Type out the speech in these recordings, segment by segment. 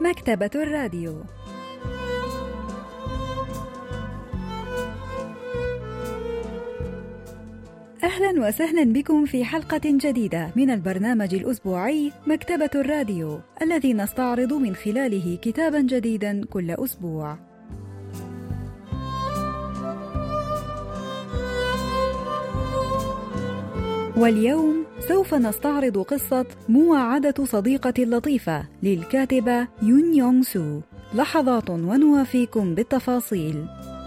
مكتبة الراديو. أهلا وسهلا بكم في حلقة جديدة من البرنامج الأسبوعي مكتبة الراديو، الذي نستعرض من خلاله كتابا جديدا كل أسبوع. واليوم سوف نستعرض قصة مواعدة صديقة لطيفة للكاتبة يون يونغ سو. لحظات ونوافيكم بالتفاصيل.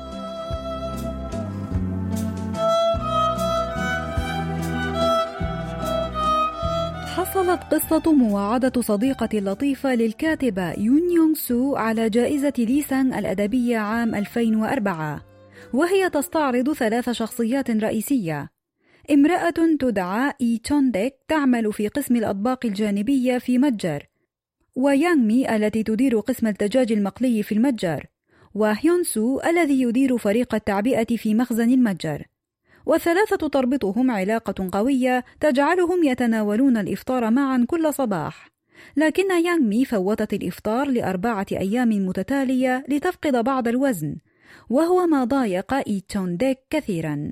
حصلت قصة مواعدة صديقة لطيفة للكاتبة يون يونغ سو على جائزة ليسانغ الأدبية عام 2004، وهي تستعرض 3 شخصيات رئيسية: امرأة تدعى إي تشون ديك تعمل في قسم الأطباق الجانبية في متجر، ويانغ مي التي تدير قسم الدجاج المقلي في المتجر، وهيون سو الذي يدير فريق التعبئة في مخزن المتجر. و3 تربطهم علاقة قوية تجعلهم يتناولون الإفطار معا كل صباح، لكن يانغ مي فوتت الإفطار ل4 أيام متتالية لتفقد بعض الوزن، وهو ما ضايق إي تشون ديك كثيرا.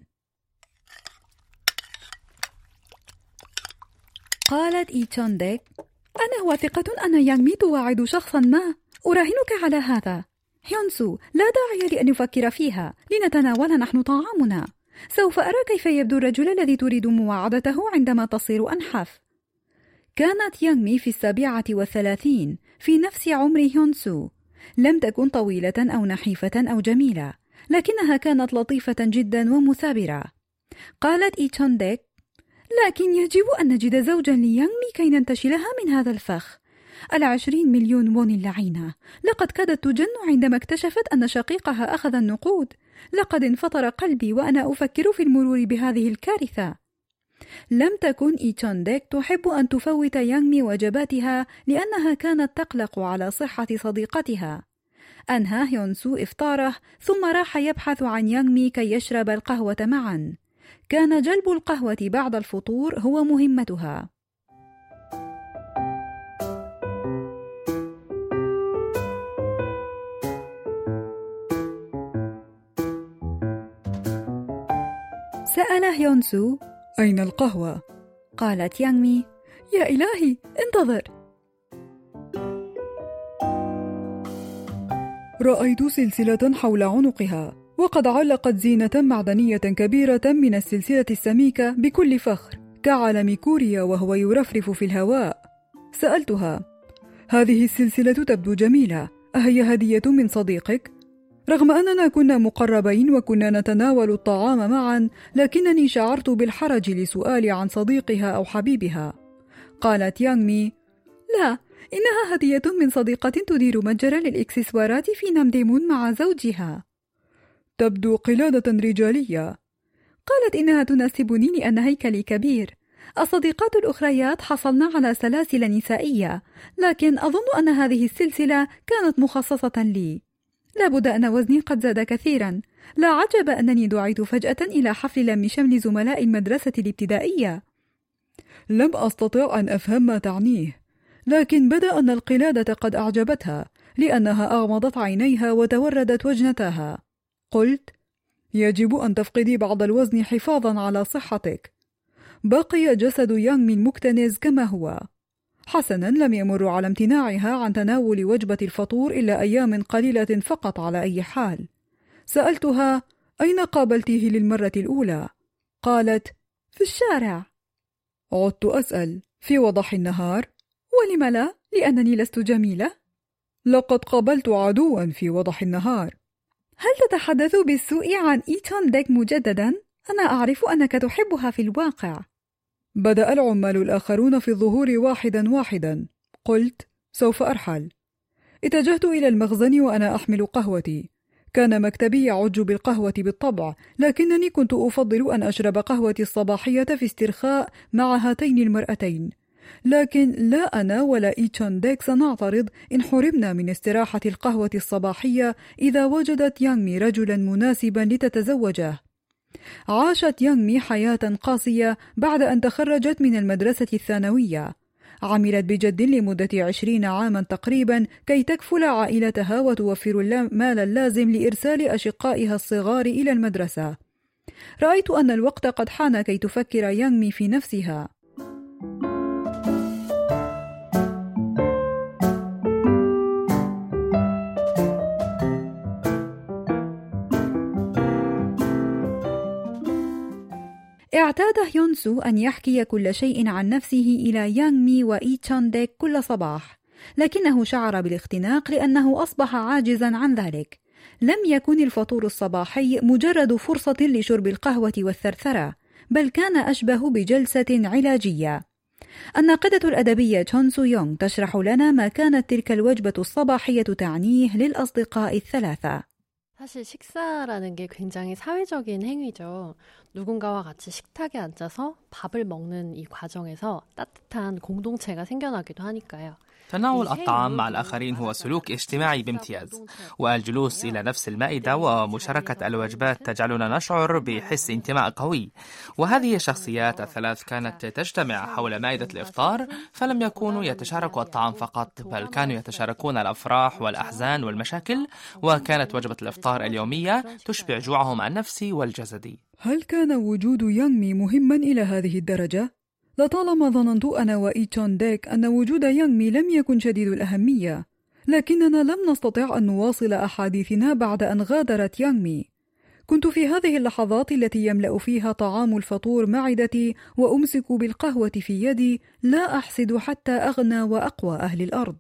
قالت إي تشون ديك: أنا واثقة أن يانغ مي تواعد شخصا ما، أراهنك على هذا. هيون سو، لا داعي لأن نفكر فيها، لنتناول نحن طعامنا. سوف أرى كيف يبدو الرجل الذي تريد مواعدته عندما تصير أنحف. كانت يانغ مي في 37 في نفس عمر هيون سو. لم تكن طويلة أو نحيفة أو جميلة، لكنها كانت لطيفة جدا ومثابرة. قالت إي تشون ديك: لكن يجب أن نجد زوجا ليانغ مي كي ننتشلها من هذا الفخ. 20 مليون وون اللعينة، لقد كادت تجن عندما اكتشفت أن شقيقها أخذ النقود. لقد انفطر قلبي وأنا أفكر في المرور بهذه الكارثة. لم تكن إي تشون ديك تحب أن تفوت يانغ مي وجباتها لأنها كانت تقلق على صحة صديقتها. أنهى هيون سو إفطاره ثم راح يبحث عن يانغ مي كي يشرب القهوة معا. كان جلب القهوة بعد الفطور هو مهمتها. سأل هيون سو: أين القهوة؟ قالت يانغ مي: يا إلهي، انتظر. رأيت سلسلة حول عنقها، وقد علقت زينة معدنية كبيرة من السلسلة السميكة بكل فخر كعلم كوريا وهو يرفرف في الهواء. سألتها: هذه السلسلة تبدو جميلة، أهي هدية من صديقك؟ رغم أننا كنا مقربين وكنا نتناول الطعام معا، لكنني شعرت بالحرج لسؤالي عن صديقها أو حبيبها. قالت يانغ مي: لا، إنها هدية من صديقة تدير متجرا للإكسسوارات في نامديمون مع زوجها. تبدو قلادة رجالية. قالت: إنها تناسبني لأن هيكلي كبير. الصديقات الأخريات حصلن على سلاسل نسائية، لكن أظن أن هذه السلسلة كانت مخصصة لي. لابد أن وزني قد زاد كثيرا. لا عجب أنني دعيت فجأة إلى حفل لم شمل زملاء المدرسة الابتدائية. لم أستطع أن أفهم ما تعنيه، لكن بدا أن القلادة قد أعجبتها لأنها أغمضت عينيها وتوردت وجنتها. قلت: يجب أن تفقدي بعض الوزن حفاظا على صحتك. بقي جسد يانغ مي المكتنز كما هو. حسنا، لم يمر على امتناعها عن تناول وجبة الفطور إلا أيام قليلة فقط على أي حال. سألتها: أين قابلتيه للمرة الأولى؟ قالت: في الشارع. عدت أسأل: في وضح النهار؟ ولم لا؟ لأنني لست جميلة؟ لقد قابلت عدوا في وضح النهار. هل تتحدث بالسوء عن إي تشون ديك مجددا؟ أنا أعرف أنك تحبها في الواقع. بدأ العمال الآخرون في الظهور واحدا واحدا. قلت: سوف أرحل. اتجهت إلى المخزن وأنا أحمل قهوتي. كان مكتبي يعج بالقهوة بالطبع، لكنني كنت أفضل أن أشرب قهوتي الصباحية في استرخاء مع هاتين المرأتين. لكن لا أنا ولا إي تشون ديك سنعترض إن حرمنا من استراحة القهوة الصباحية إذا وجدت يانغ مي رجلا مناسبا لتتزوجه. عاشت يانغ مي حياة قاسية بعد أن تخرجت من المدرسة الثانوية. عملت بجد لمدة 20 عاما تقريبا كي تكفل عائلتها وتوفر المال اللازم لإرسال أشقائها الصغار إلى المدرسة. رأيت أن الوقت قد حان كي تفكر يانغ مي في نفسها. اعتاد هيونسو أن يحكي كل شيء عن نفسه إلى يانغ مي وإي تشان ديك كل صباح، لكنه شعر بالاختناق لأنه أصبح عاجزا عن ذلك. لم يكن الفطور الصباحي مجرد فرصة لشرب القهوة والثرثرة، بل كان أشبه بجلسة علاجية. الناقدة الأدبية تشون سو يونغ تشرح لنا ما كانت تلك الوجبة الصباحية تعنيه للأصدقاء الثلاثة. 사실 식사라는 게 굉장히 사회적인 행위죠. 누군가와 같이 식탁에 앉아서 밥을 먹는 이 과정에서 따뜻한 공동체가 생겨나기도 하니까요. تناول الطعام مع الآخرين هو سلوك اجتماعي بامتياز، والجلوس إلى نفس المائدة ومشاركة الوجبات تجعلنا نشعر بحس انتماء قوي. وهذه الشخصيات الثلاث كانت تجتمع حول مائدة الإفطار، فلم يكونوا يتشاركوا الطعام فقط، بل كانوا يتشاركون الأفراح والأحزان والمشاكل، وكانت وجبة الإفطار اليومية تشبع جوعهم النفسي والجسدي. هل كان وجود يانغ مي مهما إلى هذه الدرجة؟ لطالما ظننت أنا وإي تشان ديك أن وجود يانغ مي لم يكن شديد الأهمية، لكننا لم نستطع أن نواصل أحاديثنا بعد أن غادرت يانغ مي. كنت في هذه اللحظات التي يملأ فيها طعام الفطور معدتي وأمسك بالقهوة في يدي لا أحسد حتى أغنى وأقوى أهل الأرض.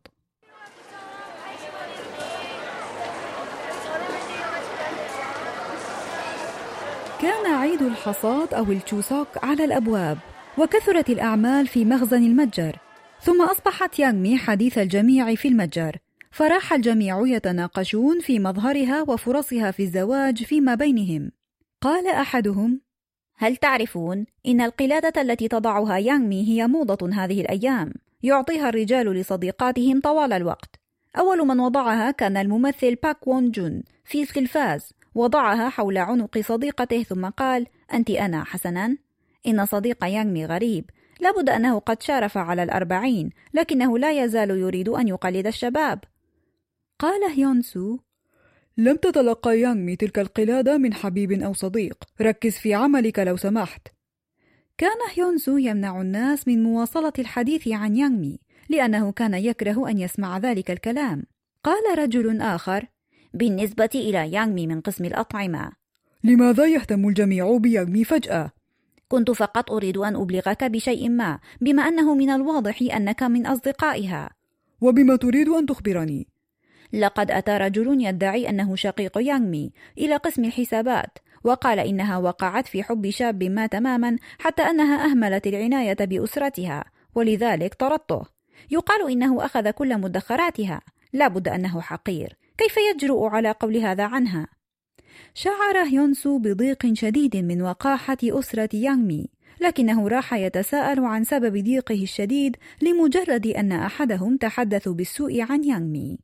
كان عيد الحصاد أو التشوسوك على الأبواب، وكثرت الأعمال في مخزن المتجر، ثم أصبحت يانغ مي حديث الجميع في المتجر، فراح الجميع يتناقشون في مظهرها وفرصها في الزواج فيما بينهم. قال أحدهم: هل تعرفون إن القلادة التي تضعها يانغ مي هي موضة هذه الأيام، يعطيها الرجال لصديقاتهم طوال الوقت. أول من وضعها كان الممثل باك وون جون في التلفاز، وضعها حول عنق صديقته ثم قال: أنت أنا حسناً. إن صديق يانغ مي غريب، لابد أنه قد شارف على 40، لكنه لا يزال يريد أن يقلد الشباب. قال هيونسو: لم تتلقى يانغ مي تلك القلادة من حبيب أو صديق، ركز في عملك لو سمحت. كان هيونسو يمنع الناس من مواصلة الحديث عن يانغ مي لأنه كان يكره أن يسمع ذلك الكلام. قال رجل آخر: بالنسبة إلى يانغ مي من قسم الأطعمة، لماذا يهتم الجميع بيانغ مي فجأة؟ كنت فقط أريد أن أبلغك بشيء ما، بما أنه من الواضح أنك من أصدقائها. وبما تريد أن تخبرني؟ لقد أتى رجل يدعي أنه شقيق يانغ مي إلى قسم الحسابات، وقال إنها وقعت في حب شاب ما تماما حتى أنها أهملت العناية بأسرتها، ولذلك طردته. يقال إنه أخذ كل مدخراتها، لابد أنه حقير، كيف يجرؤ على قول هذا عنها؟ شعر هيونسو بضيق شديد من وقاحة أسرة يانغ مي، لكنه راح يتساءل عن سبب ضيقه الشديد لمجرد أن أحدهم تحدث بالسوء عن يانغ مي.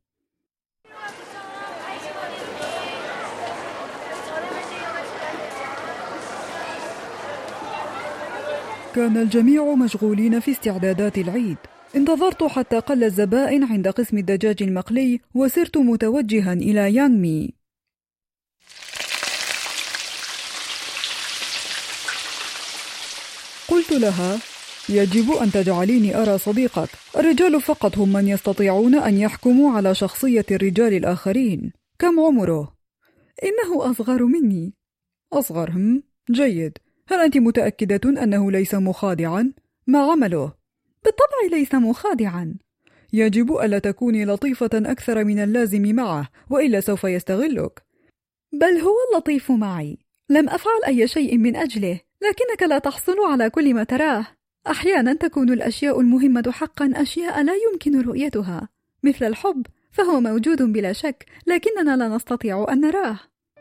كان الجميع مشغولين في استعدادات العيد. انتظرت حتى قل الزبائن عند قسم الدجاج المقلي، وسرت متوجها إلى يانغ مي. قلت لها: يجب أن تجعليني أرى صديقك. الرجال فقط هم من يستطيعون أن يحكموا على شخصية الرجال الآخرين. كم عمره؟ إنه أصغر مني. أصغر؟ جيد. هل أنت متأكدة أنه ليس مخادعا؟ ما عمله؟ بالطبع ليس مخادعا. يجب ألا تكوني لطيفة أكثر من اللازم معه، وإلا سوف يستغلك. بل هو اللطيف معي، لم أفعل أي شيء من أجله، لكنك لا تحصل على كل ما تراه. أحيانا تكون الأشياء المهمة حقا أشياء لا يمكن رؤيتها، مثل الحب، فهو موجود بلا شك، لكننا لا نستطيع أن نراه.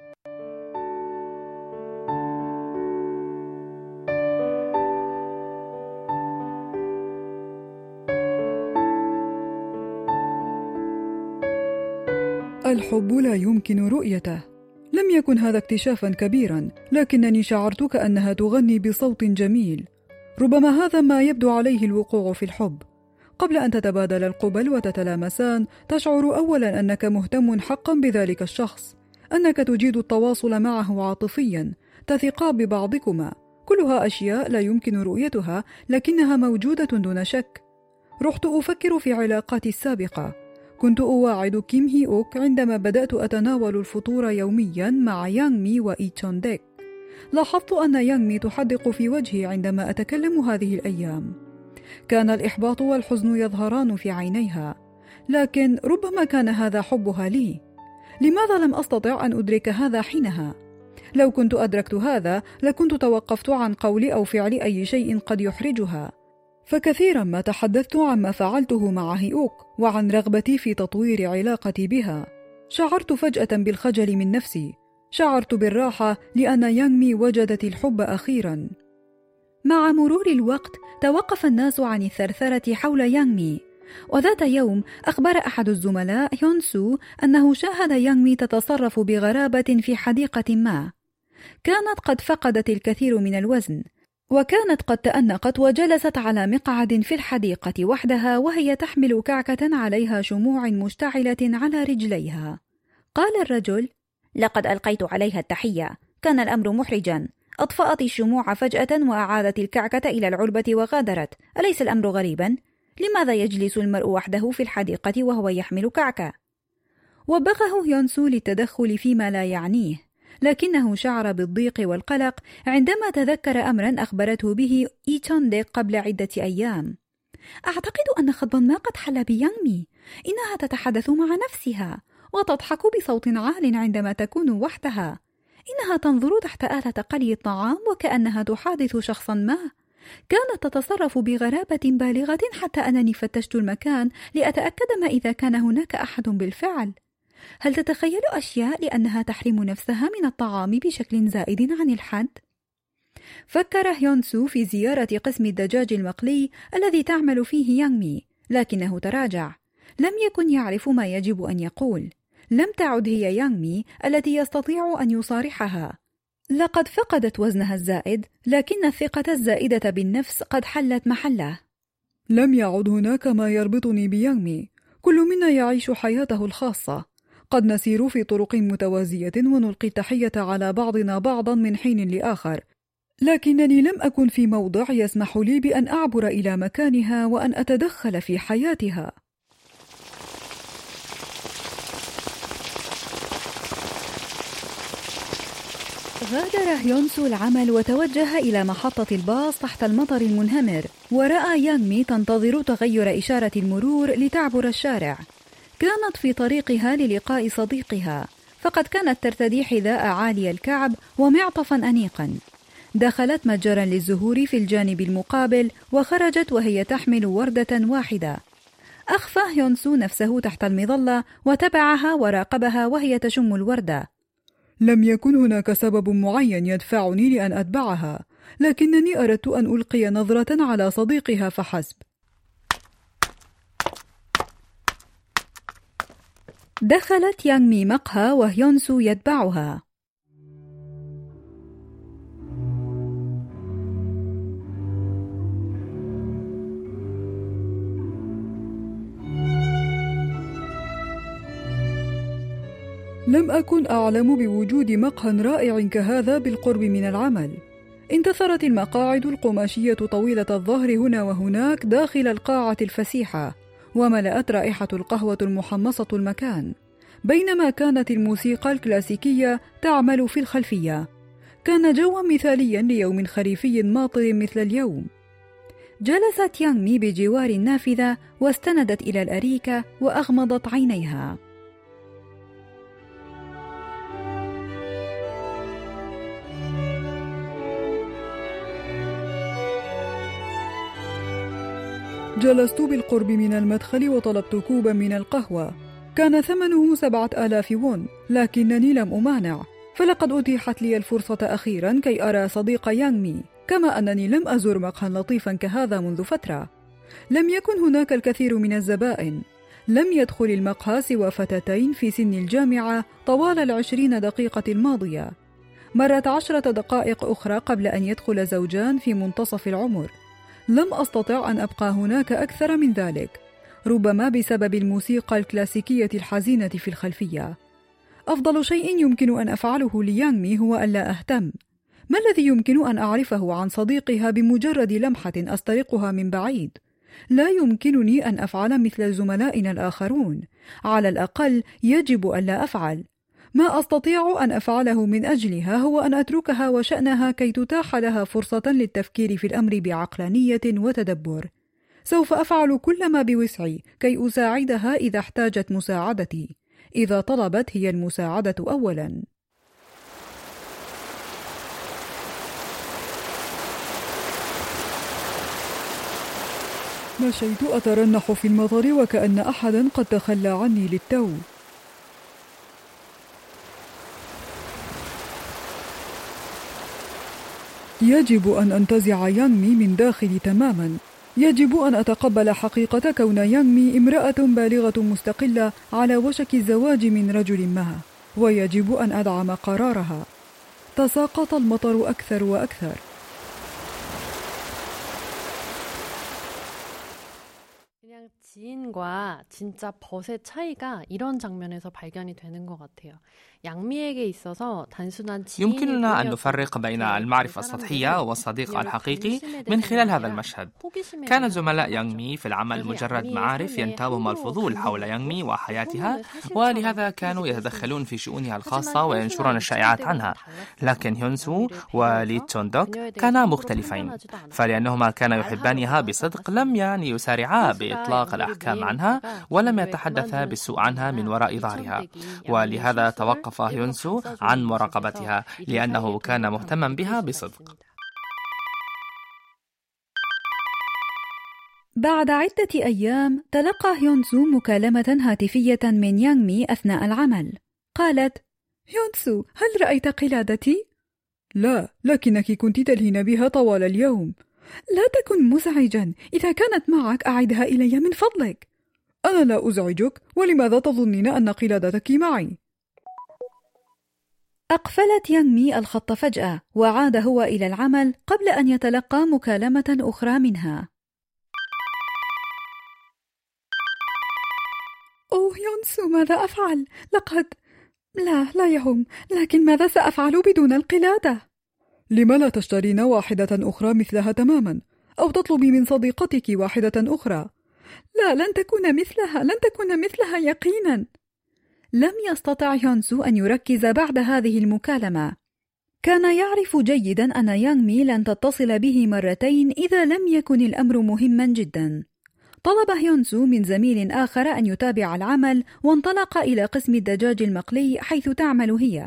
الحب لا يمكن رؤيته. لم يكن هذا اكتشافا كبيرا، لكنني شعرت كأنها تغني بصوت جميل. ربما هذا ما يبدو عليه الوقوع في الحب. قبل أن تتبادل القبل وتتلامسان، تشعر أولاً أنك مهتم حقاً بذلك الشخص، أنك تجيد التواصل معه عاطفياً، تثقا ببعضكما. كلها أشياء لا يمكن رؤيتها لكنها موجودة دون شك. رحت أفكر في علاقاتي السابقة. كنت أواعد كيم هي أوك عندما بدأت أتناول الفطور يومياً مع يانغ مي وإي تشون ديك. لاحظت أن يانغ مي تحدق في وجهي عندما أتكلم هذه الأيام. كان الإحباط والحزن يظهران في عينيها، لكن ربما كان هذا حبها لي. لماذا لم أستطع أن أدرك هذا حينها؟ لو كنت أدركت هذا لكنت توقفت عن قول أو فعل أي شيء قد يحرجها. فكثيرا ما تحدثت عما فعلته مع هيوك وعن رغبتي في تطوير علاقتي بها. شعرت فجأة بالخجل من نفسي. شعرت بالراحة لأن يانغ مي وجدت الحب أخيرا. مع مرور الوقت توقف الناس عن الثرثرة حول يانغ مي، وذات يوم أخبر أحد الزملاء هيون سو أنه شاهد يانغ مي تتصرف بغرابة في حديقة ما. كانت قد فقدت الكثير من الوزن، وكانت قد تأنقت وجلست على مقعد في الحديقة وحدها وهي تحمل كعكة عليها شموع مشتعلة على رجليها. قال الرجل: لقد ألقيت عليها التحية، كان الأمر محرجا. أطفأت الشموع فجأة وأعادت الكعكة إلى العلبة وغادرت. أليس الأمر غريبا؟ لماذا يجلس المرء وحده في الحديقة وهو يحمل كعكة؟ وبخه يونسو للتدخل فيما لا يعنيه، لكنه شعر بالضيق والقلق عندما تذكر أمرا أخبرته به إي تشون ديك قبل عدة أيام. أعتقد أن خطبا ما قد حل بيانغ مي. إنها تتحدث مع نفسها وتضحك بصوت عال عندما تكون وحدها. إنها تنظر تحت آلة قلي الطعام وكأنها تحادث شخصا ما. كانت تتصرف بغرابة بالغة حتى أنني فتشت المكان لأتأكد ما إذا كان هناك أحد بالفعل. هل تتخيل أشياء لأنها تحرم نفسها من الطعام بشكل زائد عن الحد؟ فكر هيون سو في زيارة قسم الدجاج المقلي الذي تعمل فيه يانغ مي، لكنه تراجع. لم يكن يعرف ما يجب أن يقول. لم تعد هي يانغ مي التي يستطيع أن يصارحها. لقد فقدت وزنها الزائد، لكن الثقة الزائدة بالنفس قد حلت محله. لم يعد هناك ما يربطني بيانغ مي. كل منا يعيش حياته الخاصة. قد نسير في طرق متوازية ونلقي التحية على بعضنا بعضا من حين لآخر، لكنني لم أكن في موضع يسمح لي بأن أعبر إلى مكانها وأن أتدخل في حياتها. غادر هيون سو العمل وتوجه إلى محطة الباص تحت المطر المنهمر، ورأى يانغ مي تنتظر تغير إشارة المرور لتعبر الشارع. كانت في طريقها للقاء صديقها، فقد كانت ترتدي حذاء عالي الكعب ومعطفا أنيقا. دخلت متجرا للزهور في الجانب المقابل وخرجت وهي تحمل وردة واحدة. أخفى هيون سو نفسه تحت المظلة وتبعها وراقبها وهي تشم الوردة. لم يكن هناك سبب معين يدفعني لأن أتبعها، لكنني أردت أن ألقي نظرة على صديقها فحسب. دخلت يانغ مي مقهى وهيون سو يتبعها. لم أكن أعلم بوجود مقهى رائع كهذا بالقرب من العمل. انتثرت المقاعد القماشية طويلة الظهر هنا وهناك داخل القاعة الفسيحة، وملأت رائحة القهوة المحمصة المكان، بينما كانت الموسيقى الكلاسيكية تعمل في الخلفية. كان جوا مثاليا ليوم خريفي ماطر مثل اليوم. جلست يانغ مي بجوار النافذة واستندت إلى الأريكة وأغمضت عينيها. جلست بالقرب من المدخل وطلبت كوبا من القهوة. كان ثمنه 7000 وون، لكنني لم أمانع، فلقد أتيحت لي الفرصة أخيرا كي أرى صديق يانغ مي، كما أنني لم أزر مقهى لطيفا كهذا منذ فترة. لم يكن هناك الكثير من الزبائن. لم يدخل المقهى سوى فتاتين في سن الجامعة طوال 20 دقيقة الماضية. مرت 10 دقائق أخرى قبل أن يدخل زوجان في منتصف العمر. لم أستطع أن أبقى هناك أكثر من ذلك، ربما بسبب الموسيقى الكلاسيكية الحزينة في الخلفية. أفضل شيء يمكن أن أفعله ليانغ هو ألا أهتم. ما الذي يمكن أن أعرفه عن صديقها بمجرد لمحة أسترقها من بعيد؟ لا يمكنني أن أفعل مثل زملائنا الآخرون، على الأقل يجب ألا أفعل. ما أستطيع أن أفعله من أجلها هو أن أتركها وشأنها كي تتاح لها فرصة للتفكير في الأمر بعقلانية وتدبر. سوف أفعل كل ما بوسعي كي أساعدها إذا احتاجت مساعدتي، إذا طلبت هي المساعدة أولاً. مشيت أترنح في المطر وكأن أحداً قد تخلى عني للتو. يجب أن أنتزع يانغمي من داخلي تماماً. يجب أن أتقبل حقيقة كون يانغمي امرأة بالغة مستقلة على وشك الزواج من رجل ما، ويجب أن أدعم قرارها. تساقط المطر أكثر وأكثر. 지인과 진짜 벗의 차이가 이런 장면에서 발견이 되는 것 같아요. 양미에게 있어서 단순한 يمكننا أن نفرق بين المعرفة السطحية والصديق الحقيقي من خلال هذا المشهد. كان زملاء يانغمي في العمل مجرد معارف ينتابهم الفضول حول يانغمي وحياتها، ولهذا كانوا يتدخلون في شؤونها الخاصة وينشرون الشائعات عنها. لكن هيونسو ولي تشون دوك كانا مختلفين، فلأنهما كانا يحبانها بصدق لم يسارعا بإطلاق الأحكام عنها ولم يتحدثا بالسوء عنها من وراء ظهرها، ولهذا توقف هيونسو عن مراقبتها لأنه كان مهتما بها بصدق. بعد عدة أيام تلقى هيونسو مكالمة هاتفية من يانغمي أثناء العمل. قالت: هيونسو، هل رأيت قلادتي؟ لا، لكنك كنت تلهين بها طوال اليوم. لا تكن مزعجا، إذا كانت معك أعدها إلي من فضلك. أنا لا أزعجك، ولماذا تظنين أن قلادتك معي؟ أقفلت يانغمي الخط فجأة، وعاد هو إلى العمل قبل أن يتلقى مكالمة أخرى منها. أوه يونسو، ماذا أفعل؟ لا يهم، لكن ماذا سأفعل بدون القلادة؟ لما لا تشترين واحدة أخرى مثلها تماما، أو تطلبي من صديقتك واحدة أخرى؟ لا، لن تكون مثلها يقينا. لم يستطع هيونسو أن يركز بعد هذه المكالمة. كان يعرف جيدا أن يانغمي لن تتصل به مرتين إذا لم يكن الأمر مهما جدا. طلب هيونسو من زميل آخر أن يتابع العمل، وانطلق إلى قسم الدجاج المقلي حيث تعمل هي.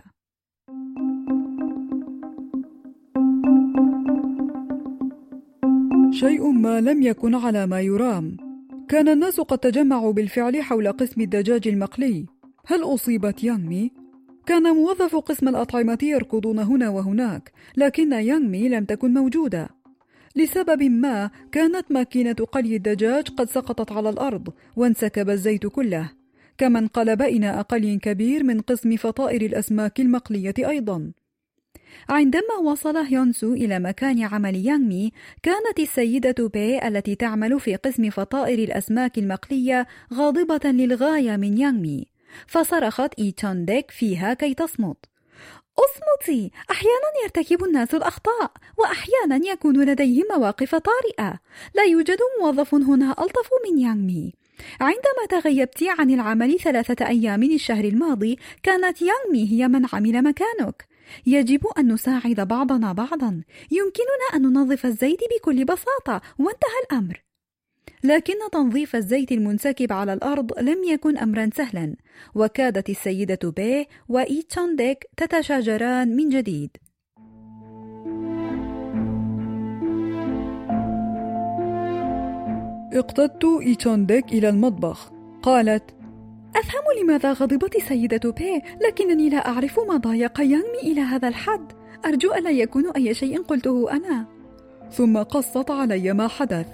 شيء ما لم يكن على ما يرام. كان الناس قد تجمعوا بالفعل حول قسم الدجاج المقلي. هل أصيبت يانغمي؟ كان موظف قسم الأطعمة يركضون هنا وهناك، لكن يانغمي لم تكن موجودة. لسبب ما كانت ماكينة قلي الدجاج قد سقطت على الأرض، وانسكب الزيت كله، كما انقلب إناء قلي كبير من قسم فطائر الأسماك المقلية أيضا. عندما وصل هيونسو إلى مكان عمل يانغمي، كانت السيدة بي التي تعمل في قسم فطائر الأسماك المقلية غاضبة للغاية من يانغمي، فصرخت إي تشون ديك فيها كي تصمت. اصمتي، أحيانا يرتكب الناس الأخطاء، وأحيانا يكون لديهم مواقف طارئة. لا يوجد موظف هنا ألطف من يانغمي. عندما تغيبت عن العمل 3 أيام الشهر الماضي، كانت يانغمي هي من عمل مكانك. يجب أن نساعد بعضنا بعضا. يمكننا أن ننظف الزيت بكل بساطة، وانتهى الأمر. لكن تنظيف الزيت المنسكب على الأرض لم يكن أمرا سهلا، وكادت السيدة بي وإي تشون ديك تتشاجران من جديد. اقتدت إي تشون ديك إلى المطبخ. قالت: أفهم لماذا غضبت السيدة بي، لكنني لا أعرف ما ضايق يانغمي إلى هذا الحد. أرجو ألا يكون أي شيء قلته أنا. ثم قصت علي ما حدث.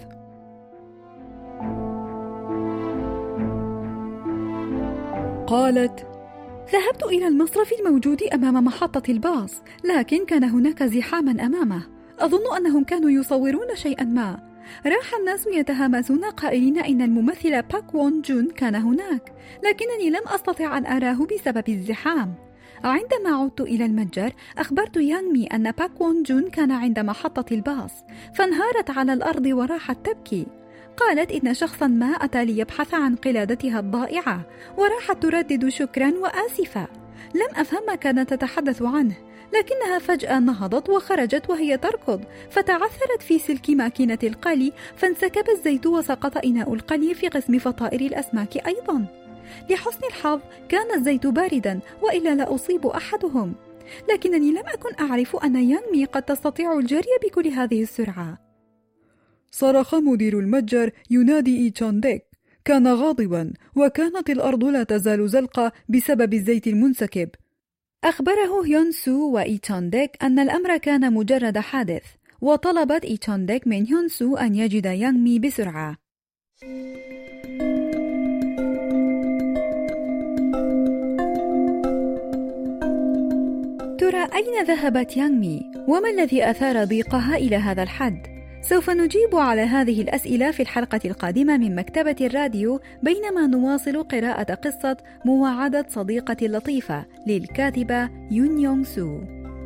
قالت: ذهبت إلى المصرف الموجود أمام محطة الباص، لكن كان هناك زحاما أمامه. أظن أنهم كانوا يصورون شيئا ما. راح الناس يتهامسون قائلين إن الممثل باك وون جون كان هناك، لكنني لم أستطع أن أراه بسبب الزحام. عندما عدت إلى المتجر أخبرت يانغ مي أن باك وون جون كان عند محطة الباص، فانهارت على الأرض وراحت تبكي. قالت إن شخصا ما أتى ليبحث عن قلادتها الضائعة، وراحت تردد شكرا وآسفة. لم أفهم ما كانت تتحدث عنه، لكنها فجأة نهضت وخرجت وهي تركض، فتعثرت في سلك ماكينة القلي، فانسكب الزيت وسقط إناء القلي في قسم فطائر الأسماك أيضا. لحسن الحظ كان الزيت باردا، وإلا لأصيب أحدهم، لكنني لم أكن أعرف أن يانغ مي قد تستطيع الجري بكل هذه السرعة. صرخ مدير المتجر ينادي إي تشون ديك. كان غاضبا، وكانت الأرض لا تزال زلقة بسبب الزيت المنسكب. أخبره هيون سو وإي تشون ديك أن الأمر كان مجرد حادث، وطلبت إي تشون ديك من هيون سو أن يجد يانغ مي بسرعة. ترى أين ذهبت يانغ مي؟ وما الذي أثار ضيقها إلى هذا الحد؟ سوف نجيب على هذه الأسئلة في الحلقة القادمة من مكتبة الراديو، بينما نواصل قراءة قصة مواعدة صديقتي اللطيفة للكاتبة يون يونغ سو.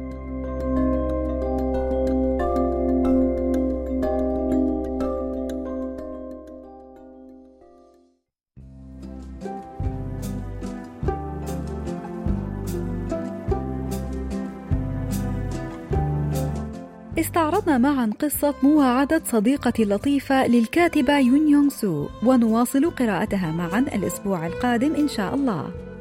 استعرضنا معا قصة مواعدة صديقتي اللطيفة للكاتبة يون يونغ سو، ونواصل قراءتها معا الأسبوع القادم إن شاء الله.